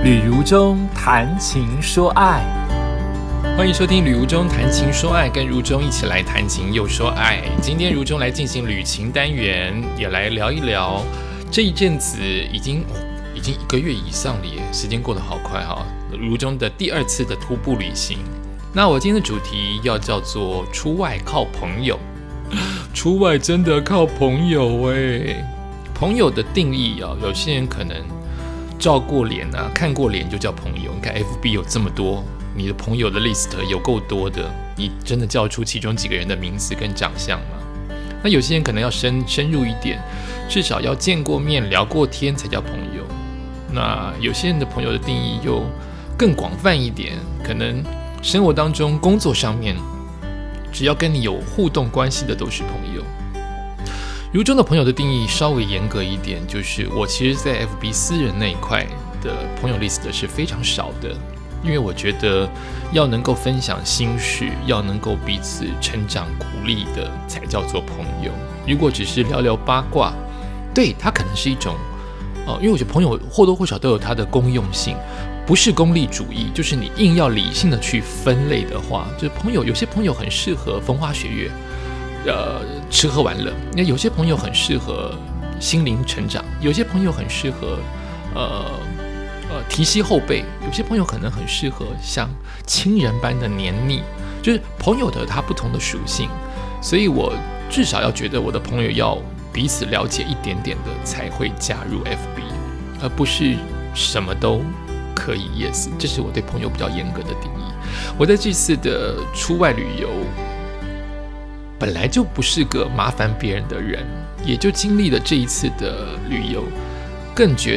旅如中谈情说爱， 欢迎收听旅如中谈情说爱，跟如中一起来谈情又说爱。今天如中来进行旅行单元，也来聊一聊这一阵子已经1个月以上了耶，时间过得好快哈。如中的第2次的徒步旅行，那我今天的主题要叫做出外靠朋友。出外真的靠朋友耶。朋友的定义啊，有些人可能照过脸啊，看过脸就叫朋友。你看 FB 有这么多，你的朋友的 list 有够多的，你真的叫出其中几个人的名字跟长相吗？那有些人可能要深入一点，至少要见过面聊过天才叫朋友。那有些人的朋友的定义又更广泛一点，可能生活当中工作上面只要跟你有互动关系的都是朋友。如中的朋友的定义稍微严格一点，就是我其实在 FB 私人那一块的朋友 list 是非常少的，因为我觉得要能够分享心事，要能够彼此成长鼓励的才叫做朋友。如果只是聊聊八卦，对，它可能是一种因为我觉得朋友或多或少都有它的公用性，不是功利主义，就是你硬要理性的去分类的话，就是朋友有些朋友很适合风花雪月，吃喝玩乐，那有些朋友很适合心灵成长，有些朋友很适合提携后辈，有些朋友可能很适合像亲人般的黏腻，就是朋友的他不同的属性，所以我至少要觉得我的朋友要彼此了解一点点的才会加入 FB， 而不是什么都可以 yes， 这是我对朋友比较严格的定义。我在这次的出外旅游本来就不是个麻烦别人的人，也就经历了这一次的旅游，更觉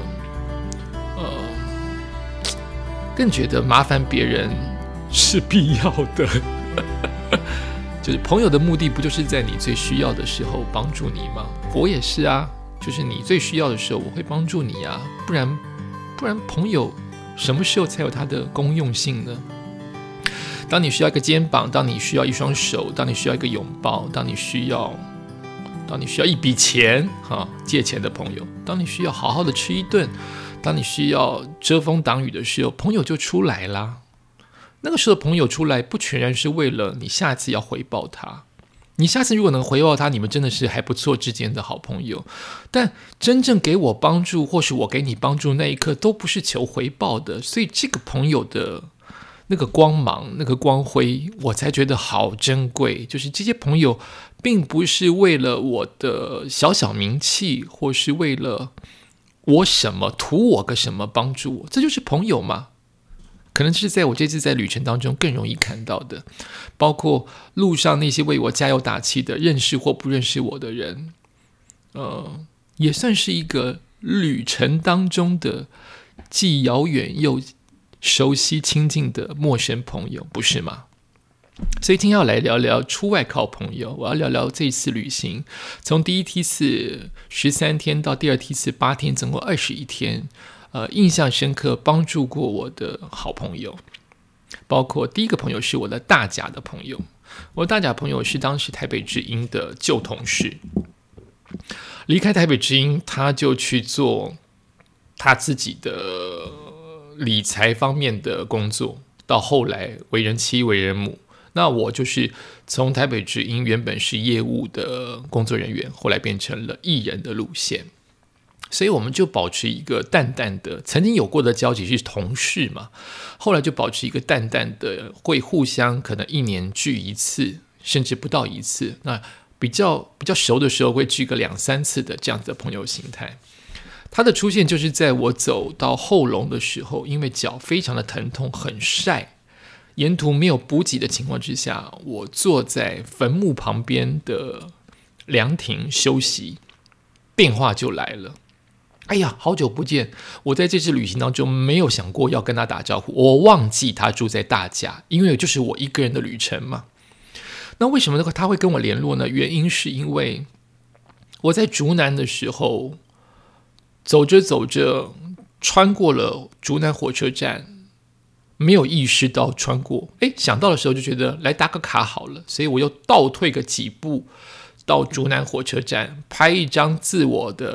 得麻烦别人是必要的。就是朋友的目的不就是在你最需要的时候帮助你吗？我也是啊，就是你最需要的时候我会帮助你啊，不然朋友什么时候才有它的公用性呢？当你需要一个肩膀，当你需要一双手，当你需要一个拥抱，当你需要一笔钱借钱的朋友，当你需要好好的吃一顿，当你需要遮风挡雨的时候，朋友就出来啦。那个时候朋友出来不全然是为了你下次要回报他，你下次如果能回报他，你们真的是还不错之间的好朋友，但真正给我帮助或是我给你帮助那一刻都不是求回报的，所以这个朋友的那个光芒那个光辉我才觉得好珍贵。就是这些朋友并不是为了我的小小名气，或是为了我什么图我个什么帮助我，这就是朋友嘛。可能是在我这次在旅程当中更容易看到的，包括路上那些为我加油打气的认识或不认识我的人，也算是一个旅程当中的既遥远又熟悉亲近的陌生朋友，不是吗？所以今天要来聊聊出外靠朋友，我要聊聊这一次旅行，从第一梯次13天到第2梯次8天，总共21天，印象深刻帮助过我的好朋友，包括第一个朋友是我的大甲的朋友，我的大甲朋友是当时台北之音的旧同事，离开台北之音他就去做他自己的理财方面的工作，到后来为人妻为人母。那我就是从台北之音原本是业务的工作人员，后来变成了艺人的路线，所以我们就保持一个淡淡的曾经有过的交集，是同事嘛，后来就保持一个淡淡的会互相可能1年聚1次甚至不到1次，那比较熟的时候会聚个2、3次的这样子的朋友形态。他的出现就是在我走到后龙的时候，因为脚非常的疼痛很晒，沿途没有补给的情况之下，我坐在坟墓旁边的凉亭休息，变化就来了。哎呀，好久不见，我在这次旅行当中没有想过要跟他打招呼，我忘记他住在大甲，因为就是我一个人的旅程嘛。那为什么他会跟我联络呢？原因是因为我在竹南的时候走着走着穿过了竹南火车站，没有意识到穿过，想到的时候就觉得来打个卡好了，所以我又倒退个几步到竹南火车站拍一张自我的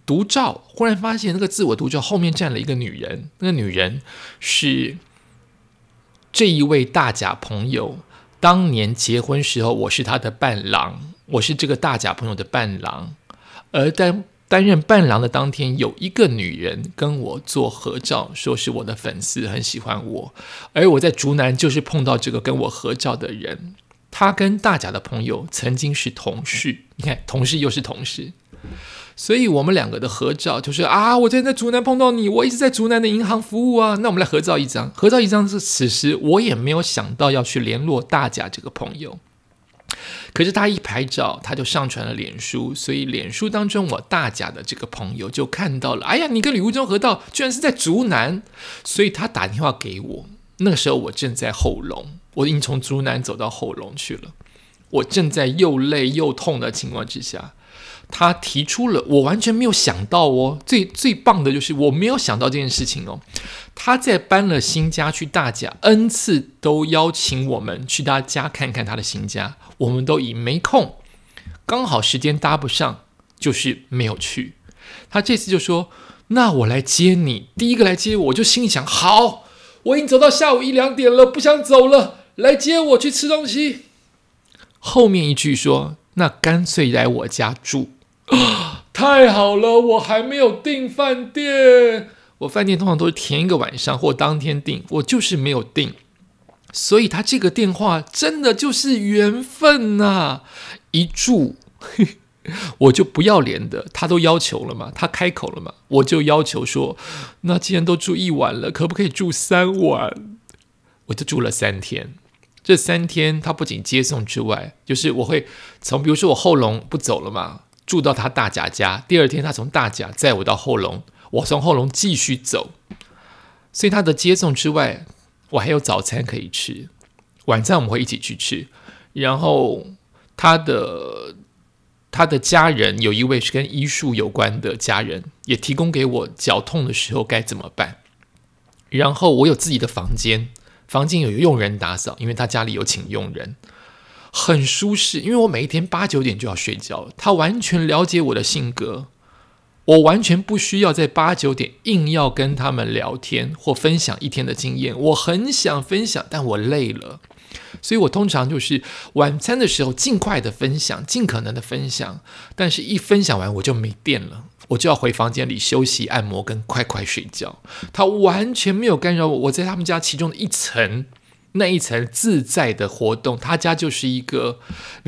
独照，忽然发现那个自我独照后面站了一个女人，那个女人是这一位大甲朋友当年结婚时候，我是他的伴郎，我是这个大甲朋友的伴郎，而担任伴郎的当天，有一个女人跟我做合照，说是我的粉丝，很喜欢我。而我在竹南就是碰到这个跟我合照的人，他跟大甲的朋友曾经是同事，你看同事又是同事，所以我们两个的合照就是我在竹南碰到你，我一直在竹南的银行服务啊，那我们来合照一张。合照一张是此时我也没有想到要去联络大甲这个朋友。可是他一拍照，他就上传了脸书，所以脸书当中我大甲的这个朋友就看到了，哎呀，你跟吕悟中合照，居然是在竹南，所以他打电话给我。那个时候我正在后龙，我已经从竹南走到后龙去了，我正在又累又痛的情况之下，他提出了我完全没有想到哦，最棒的就是我没有想到这件事情哦。他在搬了新家去大甲 N 次都邀请我们去他家看看他的新家，我们都以没空，刚好时间搭不上，就是没有去。他这次就说那我来接你，第一个来接我，就心里想好，我已经走到下午1、2点了，不想走了，来接我去吃东西。后面一句说那干脆来我家住。太好了，我还没有订饭店，我饭店通常都是前一个晚上或当天订，我就是没有订，所以他这个电话真的就是缘分啊。一住我就不要脸的，他都要求了嘛，他开口了嘛，我就要求说那既然都住1晚了，可不可以住3晚？我就住了3天。这3天他不仅接送之外，就是我会从比如说我后龙不走了嘛，住到他大甲家，第2天他从大甲载我到后龙，我从后龙继续走，所以他的接送之外，我还有早餐可以吃，晚上我们会一起去吃。然后他的家人有一位是跟医术有关的家人，也提供给我脚痛的时候该怎么办。然后我有自己的房间有佣人打扫，因为他家里有请佣人，很舒适。因为我每一天8、9点就要睡觉了，他完全了解我的性格，我完全不需要在8、9点硬要跟他们聊天或分享一天的经验。我很想分享，但我累了，所以我通常就是晚餐的时候尽快的分享，尽可能的分享，但是一分享完我就没电了，我就要回房间里休息按摩跟快睡觉。他完全没有干扰我，我在他们家其中的那一层自在的活动，他家就是一个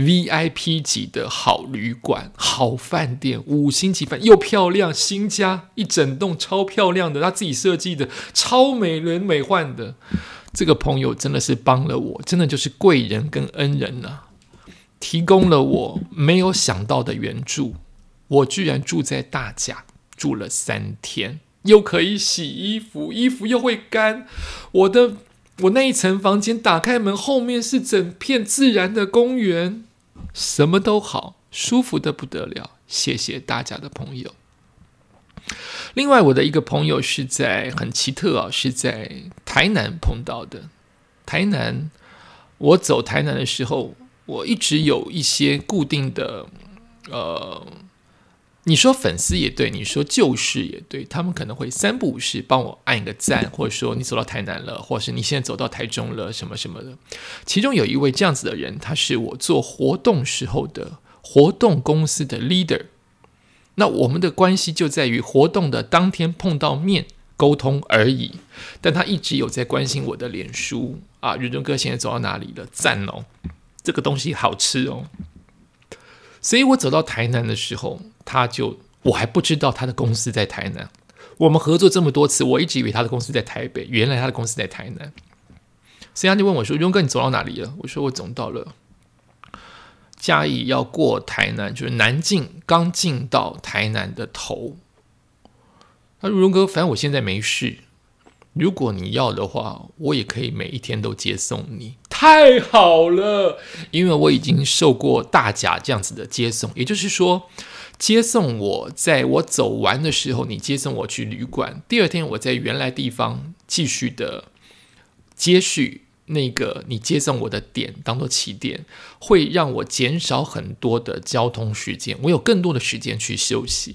VIP 级的好旅馆、好饭店，5星级饭，又漂亮，新家一整栋超漂亮的，他自己设计的，超美轮美奂的。这个朋友真的是帮了我，真的就是贵人跟恩人啊，提供了我没有想到的援助。我居然住在大甲，住了3天，又可以洗衣服，衣服又会干。我那一层房间打开门，后面是整片自然的公园，什么都好，舒服的不得了。谢谢大家的朋友。另外我的一个朋友是在很奇特啊，是在台南碰到的。台南，我走台南的时候，我一直有一些固定的你说粉丝也对，你说旧事也对，他们可能会3不5时帮我按一个赞，或者说你走到台南了，或者是你现在走到台中了，什么什么的。其中有一位这样子的人，他是我做活动时候的活动公司的 leader。那我们的关系就在于活动的当天碰到面沟通而已，但他一直有在关心我的脸书啊，宇中哥现在走到哪里了？赞哦，这个东西好吃哦。所以我走到台南的时候，我还不知道他的公司在台南。我们合作这么多次，我一直以为他的公司在台北，原来他的公司在台南。所以他就问我说：“荣哥，你走到哪里了？”我说：“我走到了嘉义，要过台南，就是南进，刚进到台南的头。”他说：“荣哥，反正我现在没事，如果你要的话，我也可以每一天都接送你。”太好了，因为我已经受过大甲这样子的接送，也就是说，接送我在我走完的时候，你接送我去旅馆，第2天我在原来地方继续的接续那个你接送我的点当做起点，会让我减少很多的交通时间，我有更多的时间去休息。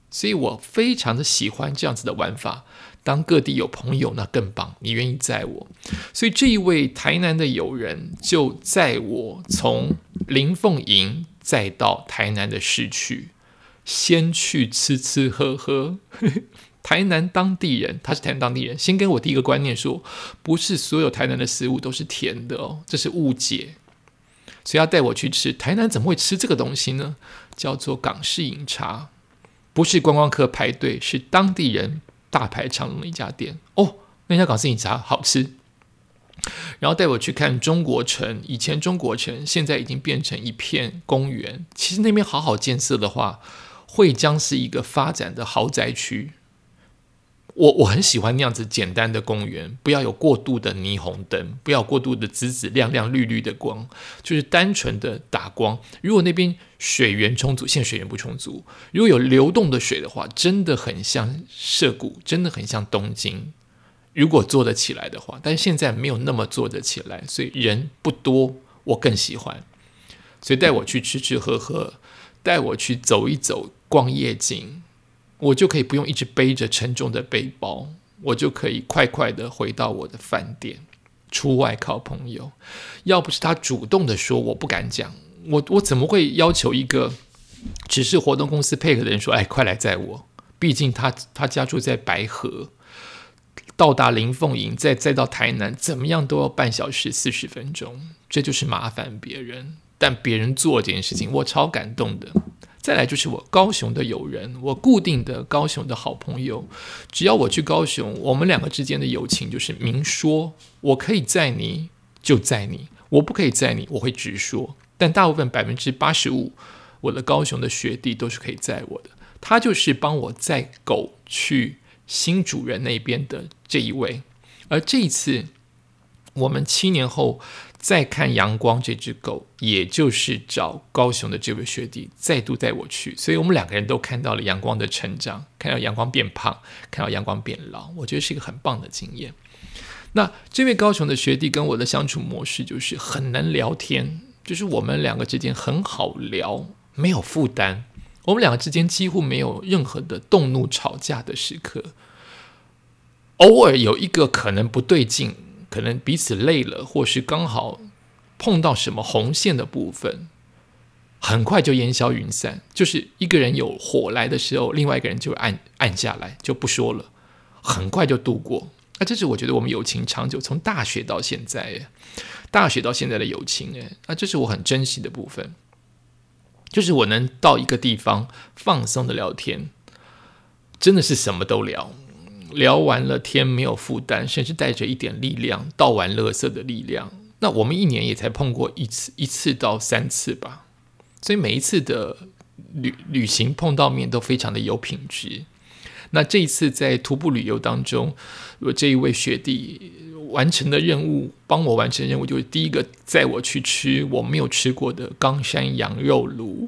所以我非常的喜欢这样子的玩法。当各地有朋友那更棒，你愿意载我，所以这一位台南的友人就载我从林凤营再到台南的市区，先去吃吃喝喝。台南当地人，他是台南当地人，先跟我第一个观念说，不是所有台南的食物都是甜的哦，这是误解。所以要带我去吃，台南怎么会吃这个东西呢？叫做港式饮茶，不是观光客排队，是当地人大排长龙的一家店哦。那家港式饮茶好吃，然后带我去看中国城，以前中国城现在已经变成一片公园，其实那边好好建设的话，会将是一个发展的豪宅区。我很喜欢那样子简单的公园，不要有过度的霓虹灯，不要过度的紫紫亮亮绿绿的光，就是单纯的打光。如果那边水源充足，现在水源不充足，如果有流动的水的话，真的很像涩谷，真的很像东京。如果做得起来的话，但是现在没有那么做得起来，所以人不多，我更喜欢。所以带我去吃吃喝喝，带我去走一走，逛夜景。我就可以不用一直背着沉重的背包，我就可以快快的回到我的饭店。出外靠朋友，要不是他主动的说，我不敢讲，我怎么会要求一个只是活动公司配合的人说，哎，快来载我？毕竟他家住在白河，到达林凤营，再到台南，怎么样都要半小时40分钟，这就是麻烦别人。但别人做这件事情，我超感动的。再来就是我高雄的友人，我固定的高雄的好朋友，只要我去高雄，我们两个之间的友情就是明说，我可以载你就载你，我不可以载你，我会直说。但大部分85%，我的高雄的学弟都是可以载我的。他就是帮我载狗去新主人那边的这一位，而这一次我们7年后再看阳光这只狗，也就是找高雄的这位学弟再度带我去，所以我们两个人都看到了阳光的成长，看到阳光变胖，看到阳光变老，我觉得是一个很棒的经验。那这位高雄的学弟跟我的相处模式就是很能聊天，就是我们两个之间很好聊，没有负担，我们两个之间几乎没有任何的动怒吵架的时刻，偶尔有一个可能不对劲，可能彼此累了，或是刚好碰到什么红线的部分，很快就烟消云散。就是一个人有火来的时候，另外一个人就按下来，就不说了，很快就度过。这是我觉得我们友情长久，从大学到现在，大学到现在的友情，这是我很珍惜的部分。就是我能到一个地方放松的聊天，真的是什么都聊。聊完了天没有负担，甚至带着一点力量，倒完垃圾的力量。那我们1年也才碰过一次到3次吧，所以每一次的旅行碰到面都非常的有品质。那这一次在徒步旅游当中，我这一位学弟完成的任务，帮我完成任务，就是第一个载我去吃我没有吃过的冈山羊肉炉。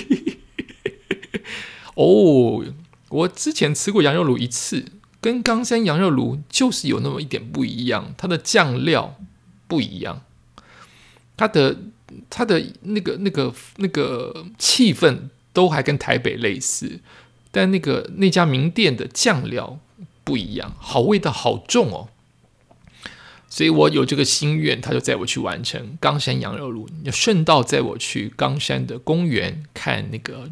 哦，我之前吃过羊肉炉1次。跟冈山羊肉炉就是有那么一点不一样，它的酱料不一样，它的那个气氛都还跟台北类似，但那家名店的酱料不一样，好味道好重哦。所以我有这个心愿，他就载我去完成冈山羊肉炉，顺道载我去冈山的公园看那个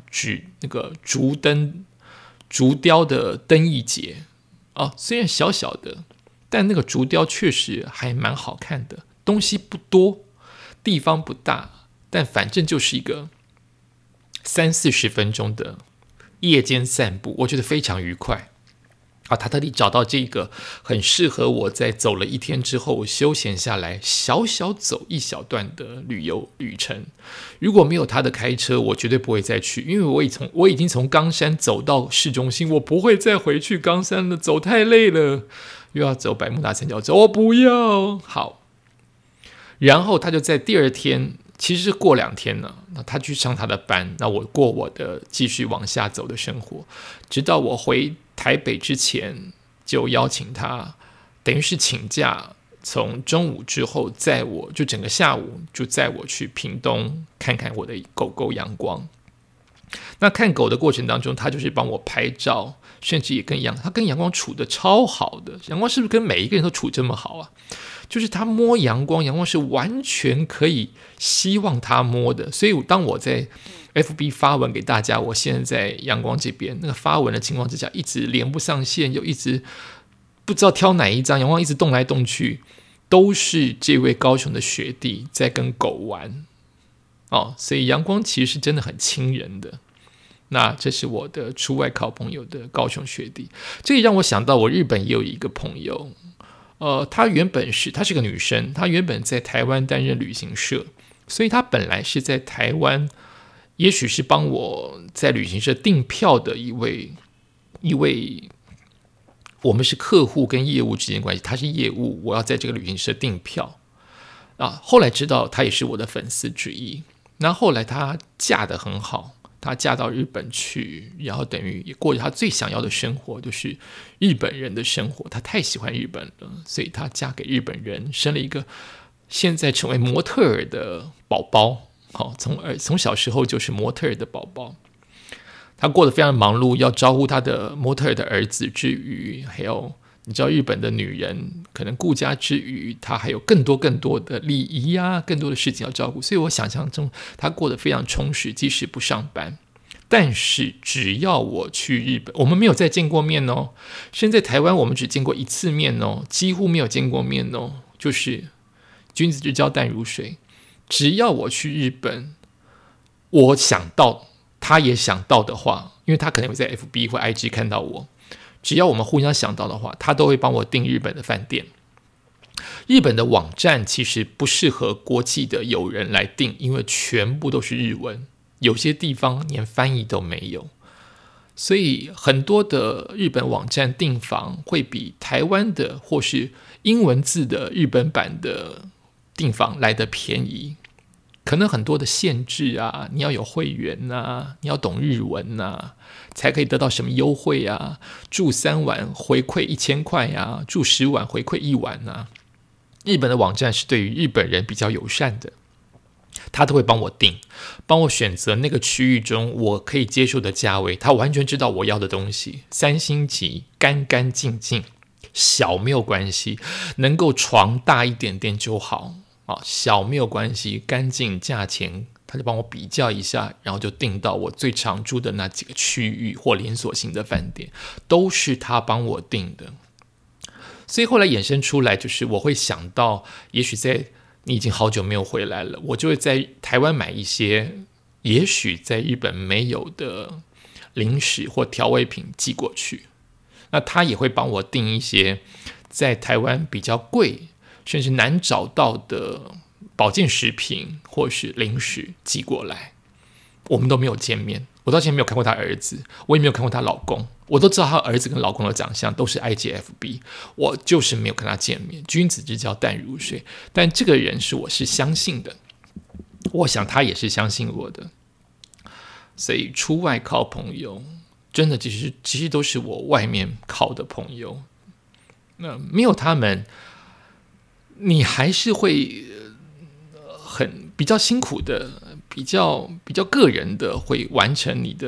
竹雕的灯艺节。虽然小小的，但那个竹雕确实还蛮好看的，东西不多，地方不大，但反正就是一个30-40分钟的夜间散步，我觉得非常愉快。他特地找到这个很适合我在走了1天之后休闲下来小小走一小段的旅程。如果没有他的开车，我绝对不会再去，因为我已经从冈山走到市中心，我不会再回去冈山了，走太累了，又要走百慕大三角洲，我不要。好，然后他就在第2天，其实是过2天了，那他去上他的班，那我过我的继续往下走的生活，直到我回台北之前就邀请他，等于是请假，从中午之后载我，就整个下午就载我去屏东看看我的狗狗阳光。 那看狗的过程当中，他就是帮我拍照，甚至也他跟阳光处得超好的。阳光是不是跟每一个人都处这么好啊？就是他摸阳光，阳光是完全可以希望他摸的。所以当我在 FB 发文给大家，我现在在阳光这边那个发文的情况之下，一直连不上线，又一直不知道挑哪一张，阳光一直动来动去，都是这位高雄的学弟在跟狗玩所以阳光其实是真的很亲人的。那这是我的出外考朋友的高雄学弟，这也让我想到我日本也有一个朋友，她是个女生，她原本在台湾担任旅行社，所以她本来是在台湾，也许是帮我在旅行社订票的一位，我们是客户跟业务之间关系，她是业务，我要在这个旅行社订票后来知道她也是我的粉丝之一。那后来她嫁得很好，她嫁到日本去，然后等于也过着她最想要的生活，就是日本人的生活。她太喜欢日本了，所以她嫁给日本人，生了一个现在成为模特儿的宝宝。从小时候就是模特儿的宝宝。她过得非常忙碌，要招呼她的模特儿的儿子之余，还有你知道日本的女人可能顾家之余，她还有更多的礼仪更多的事情要照顾，所以我想象中她过得非常充实，即使不上班。但是只要我去日本，我们没有再见过面甚至在台湾我们只见过一次面几乎没有见过面就是君子之交淡如水。只要我去日本，我想到他也想到的话，因为他可能会在 FB 或 IG 看到我，只要我们互相想到的话，他都会帮我订日本的饭店。日本的网站其实不适合国际的友人来订，因为全部都是日文，有些地方连翻译都没有，所以很多的日本网站订房会比台湾的或是英文字的日本版的订房来得便宜。可能很多的限制你要有会员你要懂日文才可以得到什么优惠住3晚回馈1000块住10晚回馈1晚日本的网站是对于日本人比较友善的，他都会帮我订，帮我选择那个区域中我可以接受的价位，他完全知道我要的东西，3星级，干干净净，小没有关系，能够床大一点点就好小没有关系，干净，价钱他就帮我比较一下，然后就订到我最常住的那几个区域或连锁型的饭店，都是他帮我订的。所以后来衍生出来，就是我会想到，也许在你已经好久没有回来了，我就会在台湾买一些也许在日本没有的零食或调味品寄过去，那他也会帮我订一些在台湾比较贵甚至难找到的保健食品或是零食寄过来。我们都没有见面，我到现在没有看过他儿子，我也没有看过他老公，我都知道他儿子跟老公的长相都是 IGFB， 我就是没有跟他见面。君子之交淡如水，但这个人我是相信的，我想他也是相信我的。所以出外靠朋友，真的其实都是我外面靠的朋友。那没有他们，你还是会比较辛苦的，比较个人的会完成你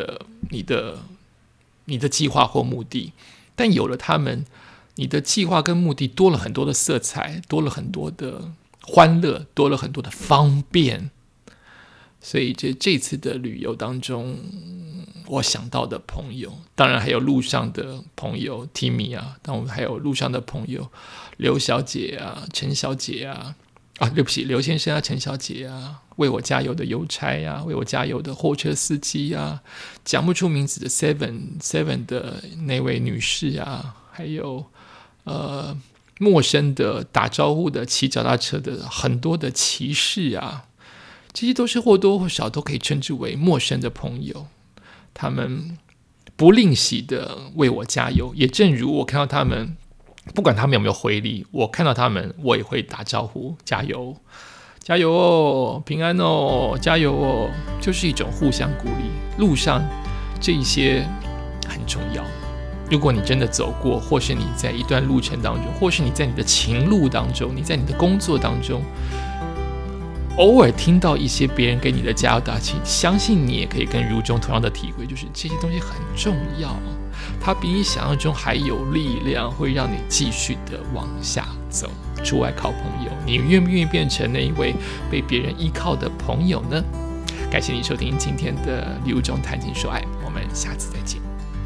的计划或目的。但有了他们，你的计划跟目的多了很多的色彩，多了很多的欢乐，多了很多的方便。所以这次的旅游当中，我想到的朋友，当然还有路上的朋友 Timmy 当然还有路上的朋友刘小姐陈小姐对不起，刘先生陈小姐为我加油的邮差为我加油的货车司机讲不出名字的 Seven 的那位女士还有陌生的打招呼的骑脚踏车的很多的骑士这些都是或多或少都可以称之为陌生的朋友，他们不吝惜的为我加油，也正如我看到他们，不管他们有没有回礼，我看到他们我也会打招呼，加油加油哦，平安哦，加油哦，就是一种互相鼓励。路上这一些很重要，如果你真的走过，或是你在一段路程当中，或是你在你的情路当中，你在你的工作当中， 偶尔听到一些别人给你的加油打气，相信你也可以跟如中同样的体会，就是这些东西很重要，它比你想象中还有力量，会让你继续的往下走。出外靠朋友，你愿不愿意变成那一位被别人依靠的朋友呢？感谢你收听今天的如中谈情说爱，我们下次再见。